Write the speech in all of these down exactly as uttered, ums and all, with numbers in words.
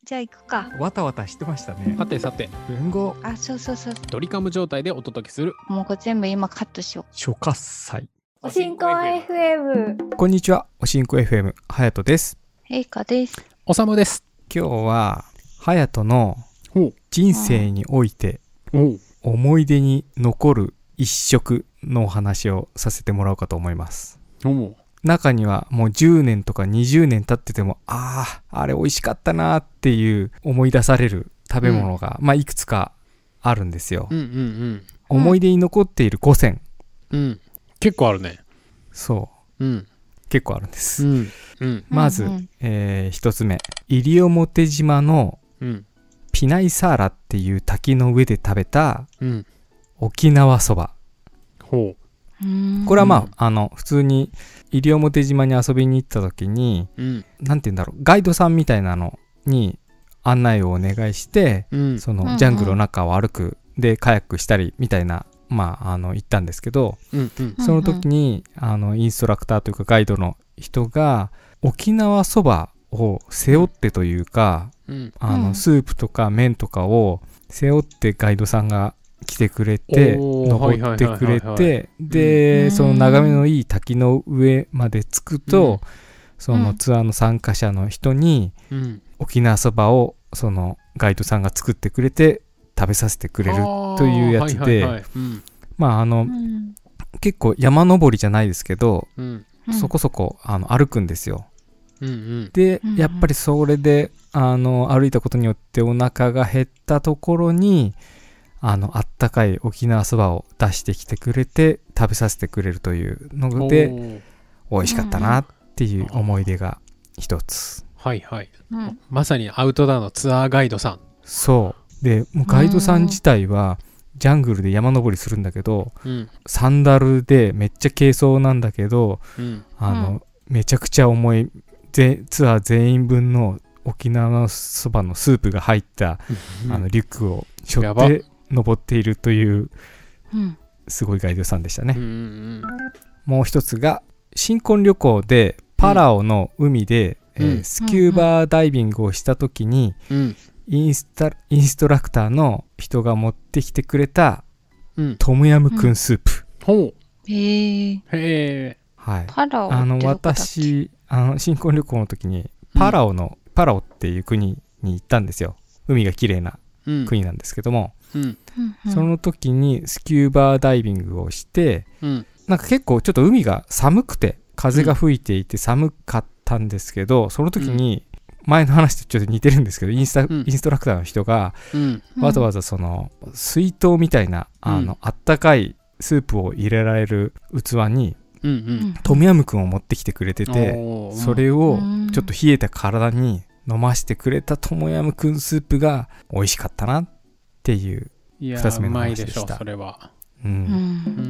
じゃあ行くか。 わたわたしてましたね。 さてさて、 文豪あ、そうそうそう。 ドリカム状態でお届けするもうこれ全部今カットしよ初喝祭。 おしんこ エフエム。 こんにちは、おしんこ エフエム はやとです。 う。陛下です。 おさむです。 今日ははやとのほう人生においておう思い出に残る一食のお話をさせてもらおうかと思います。 おう中にはもうじゅうねんとかにじゅうねん経ってても、あああれ美味しかったなっていう思い出される食べ物が、うん、まあいくつかあるんですよ。 うんうんうん。 思い出に残っているご選。 うん。結構あるね。 そう。 うん。 結構あるんです。 うんうん、 まず、うんうんえー、一つ目、西表島のピナイサーラっていう滝の上で食べた沖縄そば。 ほう。 これはまあ、あの普通に西表島に遊びに行った時に、うん、なんて言うんだろう、ガイドさんみたいなのに案内をお願いして、うん、そのジャングルの中を歩くでカヤックしたりみたいな、まあ、あの行ったんですけど、うんうん、その時にあのインストラクターというかガイドの人が沖縄そばを背負ってというか、うん、あのスープとか麺とかを背負ってガイドさんが来てくれて登ってくれて、で、うん、その眺めのいい滝の上まで着くと、うん、そのツアーの参加者の人に、うん、沖縄そばをそのガイドさんが作ってくれて食べさせてくれるというやつで、まああの、うん、結構山登りじゃないですけど、うん、そこそこあの歩くんですよ。うんうん、でやっぱりそれであの歩いたことによってお腹が減ったところにあのあったかい沖縄そばを出してきてくれて食べさせてくれるというので美味しかったなっていう思い出が一つ、 うん、はいはい、うん、まさにアウトドアのツアーガイドさん。 そうでもうガイドさん自体はジャングルで山登りするんだけど、うん、サンダルでめっちゃ軽装なんだけど、うん、あの、うん、めちゃくちゃ重いツアー全員分の沖縄そばのスープが入った、うん、あのリュックを背負って登っているというすごいガイドさんでしたね、うんうんうん、もう一つが新婚旅行でパラオの海で、うんえー、スキューバーダイビングをした時に、うん、インスタ、インストラクターの人が持ってきてくれた、うん、トムヤムクンスープ、 うん、 へえへはい、 パラオあの私あの新婚旅行の時にパラオの、うん、パラオっていう国に行ったんですよ。海が綺麗な国なんですけども、うんうん、その時にスキューバーダイビングをして、うん、なんか結構ちょっと海が寒くて風が吹いていて寒かったんですけど、その時に前の話とちょっと似てるんですけどインスタ、うん、インストラクターの人が、うん、わざわざその水筒みたいな、うん、あのあったかいスープを入れられる器に、うんうん、トムヤムクンを持ってきてくれてて、それをちょっと冷えた体に飲ましてくれたトムヤムクンスープが美味しかったなっていうふたつめの話でした。 いやうまいでしょそれは、 うんうん、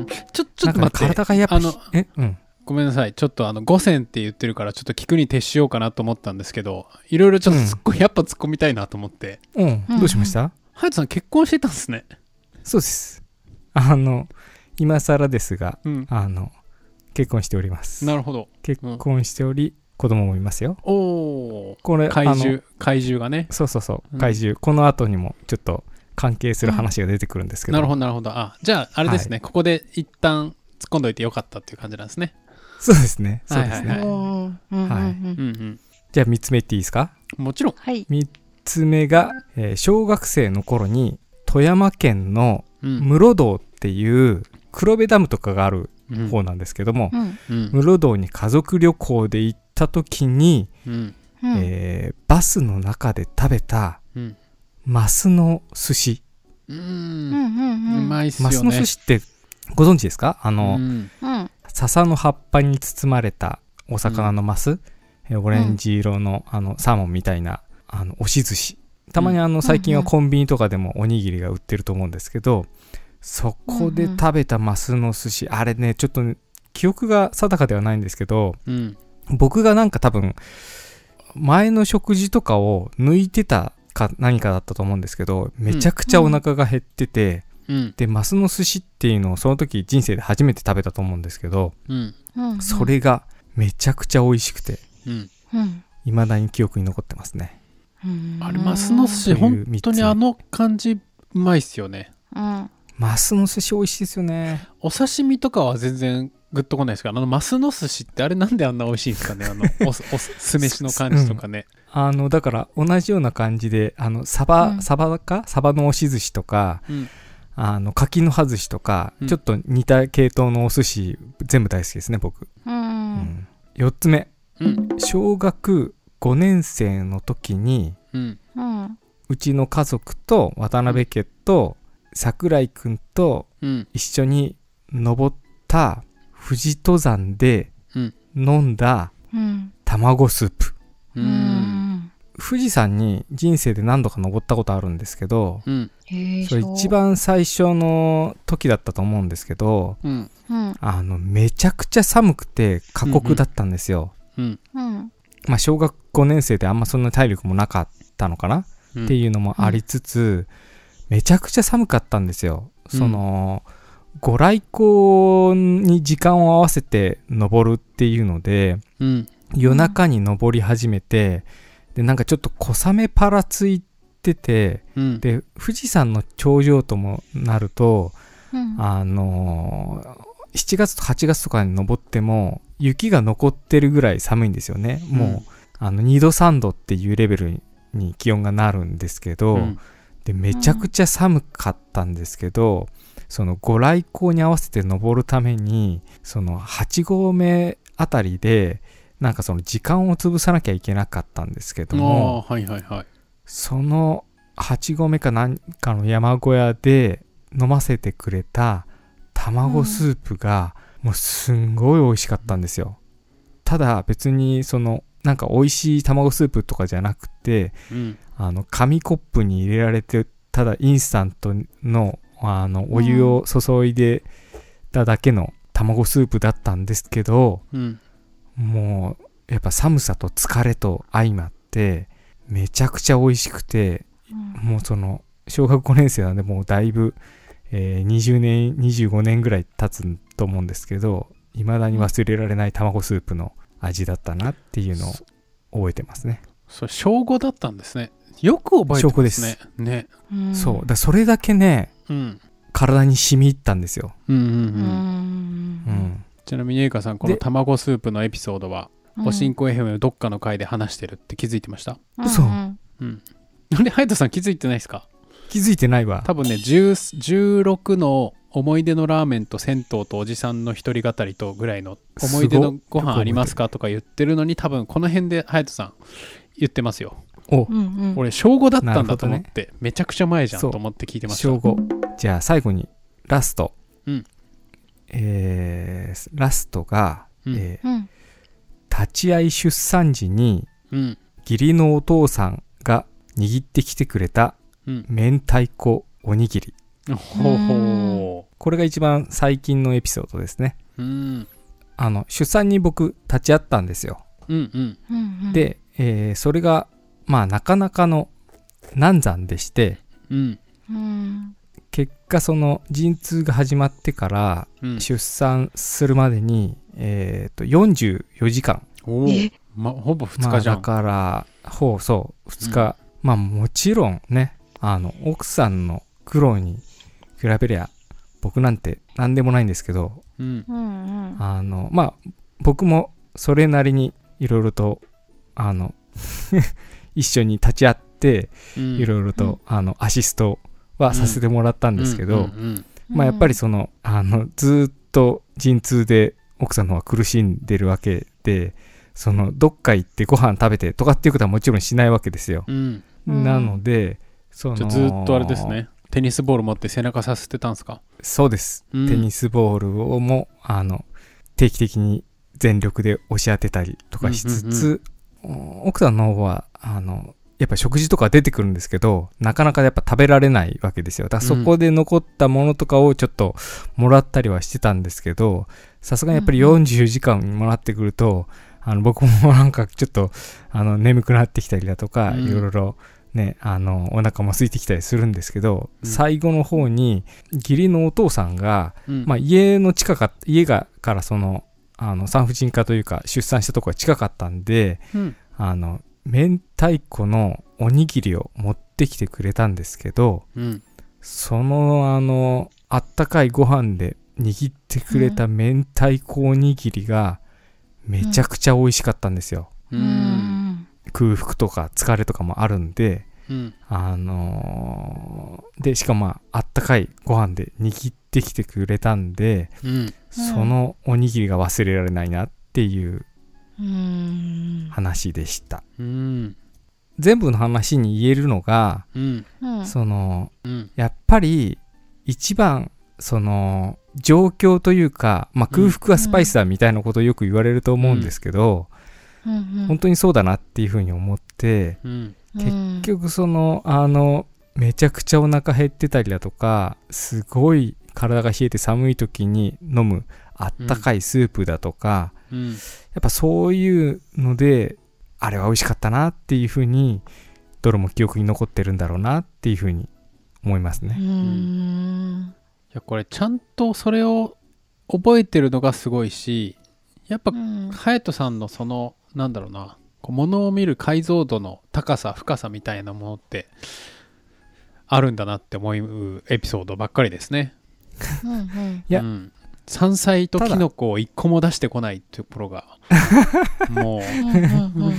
ちょちょっと待って、 体がやっぱあのえ、うん、 ごめんなさい、ちょっとあのご選って言ってるからちょっと聞くに徹しようかなと思ったんですけど、いろいろちょっと突っ込み、うん、やっぱ突っ込みたいなと思って。 うん、どうしました？ はやとさん結婚してたんですね。 そうです。あの今更ですが、うん、あの結婚しております。 なるほど。 結婚しており、うん、子供もいますよ。 おお。 これ怪獣怪獣がね。 そうそうそう怪獣、うん、この後にもちょっと関係する話が出てくるんですけど、 うん、なるほどなるほど。あ、じゃああれですね、はい、ここで一旦突っ込んどいてよかったっていう感じなんですね。 そうですねそうですね。 はいはいはい。 じゃあみっつめいっていいですか？ もちろん。 はい。 みっつめが、えー、小学生の頃に富山県の室堂っていう黒部ダムとかがある方なんですけども、うんうん、室堂に家族旅行で行った時に、うんえー、バスの中で食べた、うん、マスの寿司、 うん、うまいっすよね。 マスの寿司ってご存知ですか？あの、うん、笹の葉っぱに包まれたお魚のマス、うん、オレンジ色の、あのサーモンみたいなあの押し寿司、たまにあの最近はコンビニとかでもおにぎりが売ってると思うんですけど、そこで食べたマスの寿司、うんうん、あれねちょっと記憶が定かではないんですけど、うん、僕がなんか多分前の食事とかを抜いてたか何かだったと思うんですけど、めちゃくちゃお腹が減ってて、うん、でマスの寿司っていうのをその時人生で初めて食べたと思うんですけど、うん、それがめちゃくちゃ美味しくて、うん、未だに記憶に残ってますね。 あれマスの寿司本当にあの感じうまいっすよね。 うん。 マスの寿司美味しいですよね。 お刺身とかは全然グッとこないですけど、あのマスの寿司ってあれなんであんな美味しいんですかね。あのおお酢飯の感じとかね、 うん、あのだから同じような感じで、あのサバ、うん、サバかサバの押し寿司とか、うん、あの柿の葉寿司とか、うん、ちょっと似た系統のお寿司全部大好きですね僕。 うんうん、 よっつめ、 うん、 小学ごねん生の時に、 うん、 うちの家族と渡辺家と桜井くんと一緒に登った富士登山で飲んだ卵スープ、 うんうん、 富士山に人生で何度か登ったことあるんですけど、 うん、 それ一番最初の時だったと思うんですけど、 うん、 あのめちゃくちゃ寒くて過酷だったんですよ、 うんうんまあ、小学ごねん生であんまそんな体力もなかったのかな、うん、っていうのもありつつ、うんめちゃくちゃ寒かったんですよ。その、うん、ご来光に時間を合わせて登るっていうので、 うん、 夜中に登り始めて、でなんかちょっと小雨パラついてて、 うん、 で富士山の頂上ともなると、 うん、 あのー、しちがつとはちがつとかに登っても雪が残ってるぐらい寒いんですよね。もう、うん、あのにどさんどっていうレベルに気温がなるんですけど、 うんでめちゃくちゃ寒かったんですけど、うん、そのご来光に合わせて登るためにそのはち合目あたりでなんかその時間を潰さなきゃいけなかったんですけども、 あ、はいはいはい、 そのはち合目か何かの山小屋で飲ませてくれた卵スープがもうすんごい美味しかったんですよ。ただ別にそのなんか美味しい卵スープとかじゃなくて、 うん、 あの紙コップに入れられてただインスタントの、あのお湯を注いでただけの卵スープだったんですけど、 うん、 もうやっぱ寒さと疲れと相まってめちゃくちゃ美味しくて、うん、もうその小学ごねん生なんでもうだいぶ、えー、にじゅうねんにじゅうごねんぐらい経つと思うんですけど、未だに忘れられない卵スープの味だったなっていうのを覚えてますね。 それ小ごだったんですね。よく覚えてますね。小ごです。 ね。そうだ、それだけね、 うん、 体に染み入ったんですよ。 うんうんうん。 うんうんちなみにゆいかさん、この卵スープのエピソードはおしんこ エフエム のどっかの回で話してるって気づいてました？ 嘘。 うんうん。なんでハヤトさん気づいてないですか？ 気づいてないわ。 多分ねじゅう、じゅうろくの思い出のラーメンと銭湯とおじさんの一人語りとぐらいの思い出のご飯ありますかとか言ってるのに、多分この辺で隼人さん言ってますよ。 お、 うんうん、 俺小ごだったんだと思って、ね、めちゃくちゃ前じゃんと思って聞いてました。 小ご。じゃあ最後にラスト、 うんえー、ラストが、 うんえーうん、 立ち会い出産時に、 うん、 義理のお父さんが握ってきてくれた明太子おにぎり、 うん、ほうほう。 これが一番最近のエピソードですね。 うん、 あの出産に僕立ち会ったんですよ。 うんうん、 で、えー、それがまあなかなかの難産でして、 うんうん、 結果その陣痛が始まってから出産するまでに、うんえー、とよんじゅうよじかん、 おー、ま、ほぼふつかじゃん。 まあ、だからほうそうふつか、うん、まあもちろんね、あの奥さんの苦労に比べりゃ僕なんて何でもないんですけど、 うんうん、 あのまあ僕もそれなりにいろいろとあの一緒に立ち会っていろいろと、うん、あのアシストはさせてもらったんですけど、まあやっぱりそのあのずっと陣痛で奥さんの方は苦しんでるわけで、そのどっか行ってご飯食べてとかっていうことはもちろんしないわけですよ、 うん、 なのでそのじゃずっとあれですね、テニスボール持って背中させてたんですか？ そうです、うん、テニスボールをもあの定期的に全力で押し当てたりとかしつつ、うんうんうん、奥さんの方はあのやっぱ食事とか出てくるんですけど、なかなかやっぱ食べられないわけですよ。だからそこで残ったものとかをちょっともらったりはしてたんですけど、さすがにやっぱりよんじゅうじかんもらってくると、うん、あの僕もなんかちょっとあの眠くなってきたりだとか、うん、いろいろね、あのお腹も空いてきたりするんですけど、うん、最後の方に義理のお父さんが、うんまあ、家の近かった家がからそのあの産婦人科というか出産したところが近かったんで、 うん、 あの明太子のおにぎりを持ってきてくれたんですけど、 うん、 そのあのあったかいご飯で握ってくれた明太子おにぎりがめちゃくちゃ美味しかったんですよ、 うんうん、 空腹とか疲れとかもあるんで、 うん、 あのー、でしかもまああったかいご飯で握ってきてくれたんで、 うん、 そのおにぎりが忘れられないなっていう話でした、 うん、 全部の話に言えるのが、 うん、 その、 うん、 やっぱり一番その状況というか、まあ、空腹はスパイスだみたいなことをよく言われると思うんですけど、 うんうん、 本当にそうだなっていうふうに思って、 うん、 結局そのあのめちゃくちゃお腹減ってたりだとか、すごい体が冷えて寒い時に飲むあったかいスープだとか、 うん、 やっぱそういうのであれは美味しかったなっていうふうにどれも記憶に残ってるんだろうなっていうふうに思いますね。 うーん、 いやこれちゃんとそれを覚えてるのがすごいし、やっぱ隼人さんのそのなんだろうな、こう物を見る解像度の高さ深さみたいなものってあるんだなって思うエピソードばっかりですね。 うんうん、 いや、 うん、山菜とキノコを一個も出してこないっていうところがもう、 うんうんうん、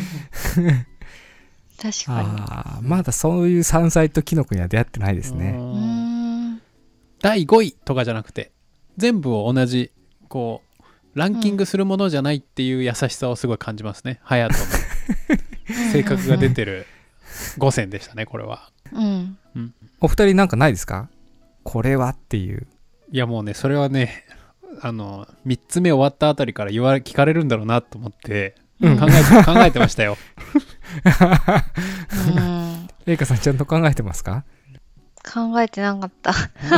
確かにあまだそういう山菜とキノコには出会ってないですね。 うーん、 だいごいとかじゃなくて全部を同じこうランキングするものじゃないっていう優しさをすごい感じますね。隼人の性格が出てるごせんでしたねこれは、 うんうん、 お二人なんかないですか？これはっていう。 いやもうねそれはねあのみっつめ終わったあたりから言わ聞かれるんだろうなと思って、うん、考えて考えてましたよ。 レイカさんちゃんと考えてますか？ 考えてなかった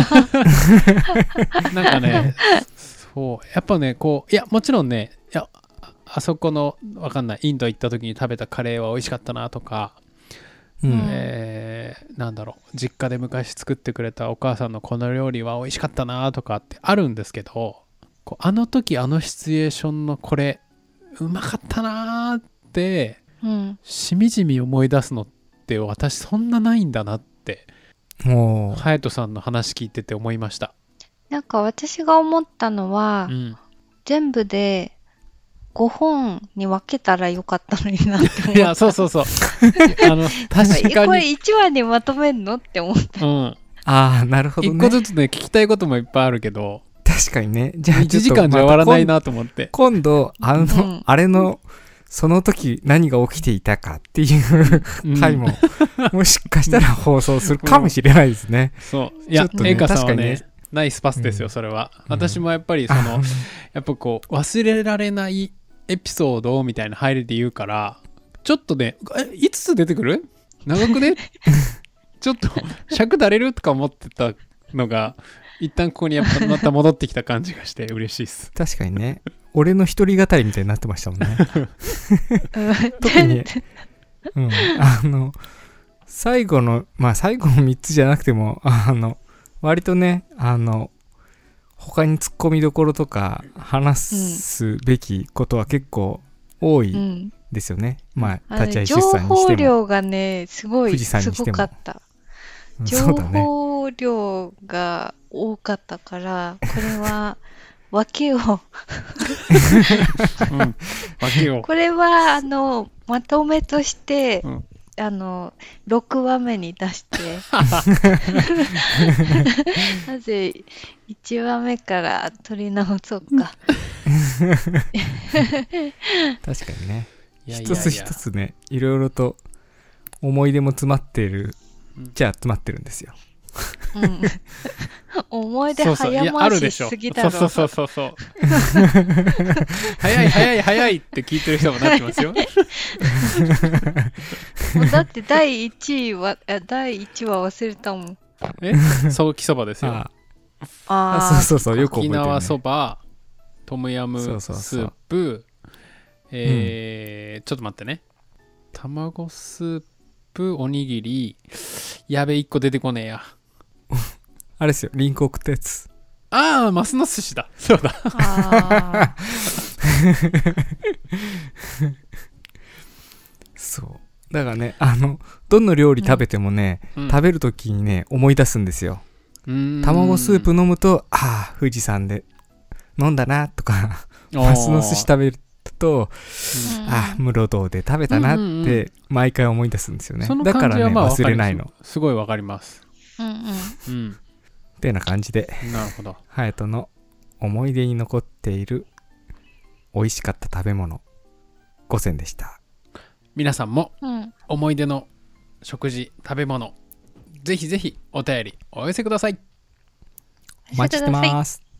なんかねそうやっぱねこういやもちろんねいや あ, あそこのわかんないインド行った時に食べたカレーは美味しかったなとか、 うんえー、なんだろう実家で昔作ってくれたお母さんのこの料理は美味しかったなとかってあるんですけど、こうあの時あのシチュエーションのこれうまかったなって、 うん、 しみじみ思い出すのって私そんなないんだなって隼人さんの話聞いてて思いました。 なんか私が思ったのは、うん、全部でごほんに分けたらよかったのになって思った。 いやそうそうそうあの確かにこれいちわにまとめんのって思った、 うん、 ああなるほどね。 いっこずつね聞きたいこともいっぱいあるけど確かにね。じゃあいちじかんじゃ終わらないなと思って、 今度あの、うん、あれのその時何が起きていたかっていう回も、うん、もしかしたら放送するかもしれないですね。 うん、そういやエイカさんはねナイスパスですよ、うん、それは、うん、私もやっぱりその、うん、やっぱこう忘れられないエピソードみたいな入りで言うからちょっとねえいつつ出てくる長くねちょっと尺だれるとか思ってたのが一旦ここにやっぱまた戻ってきた感じがして嬉しいです確かにね俺の一人語りみたいになってましたもんね特に、うん、あの最後のまあ最後のみっつじゃなくてもあの割とねあの他に突っ込みどころとか話すべきことは結構多いですよね、うん、まあ立ち会い出産にしても情報量がねすごいすごかった、 うん、 情報量が多かったからこれは訳を、うん、 訳をこれはあのまとめとして、うんあのろくわめに出してなぜいちわめから取り直そうか確かにねいやいやいや一つ一つねいろいろと思い出も詰まっている、うん、じゃあ詰まってるんですよ、 うん、思い出早回ししすぎだろ。 そうそうそうそう早い早い早いって聞いてる人もなってますよもうだってだいいちいはだいいちわ忘れたもん。 えソーキそばですよ。 ああそうそうそうよく覚えてる、ね、 沖縄そばトムヤムスープそうそうそうえーうん、ちょっと待ってね卵スープおにぎりやべいっこ出てこねえやあれですよリンク送ったやつ。 ああマスの寿司だそうだそうだからね、あのどの料理食べてもね、うん、食べるときにね思い出すんですよ。卵スープ飲むと、ああ富士山で飲んだなとかマスの寿司食べると、ああ室堂で食べたなって毎回思い出すんですよね。だからね忘れないの。 すごいわかります。 うんうんうんってな感じで、 なるほど。 隼人の思い出に残っている美味しかった食べ物ごせんでした。 皆さんも思い出の食事食べ物ぜひぜひお便りお寄せください。 お待ちしてます。